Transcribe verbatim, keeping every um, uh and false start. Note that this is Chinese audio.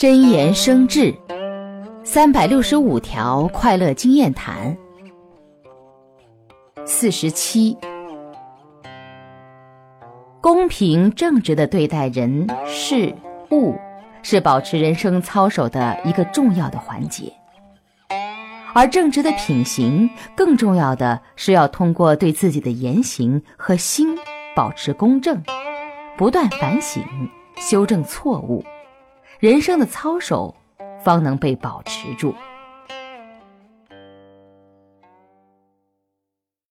真言生智，三百六十五条快乐经验谈。四十七，公平正直地对待人事物，是保持人生操守的一个重要的环节。而正直的品行，更重要的是要通过对自己的言行和心保持公正，不断反省，修正错误，人生的操守方能被保持住。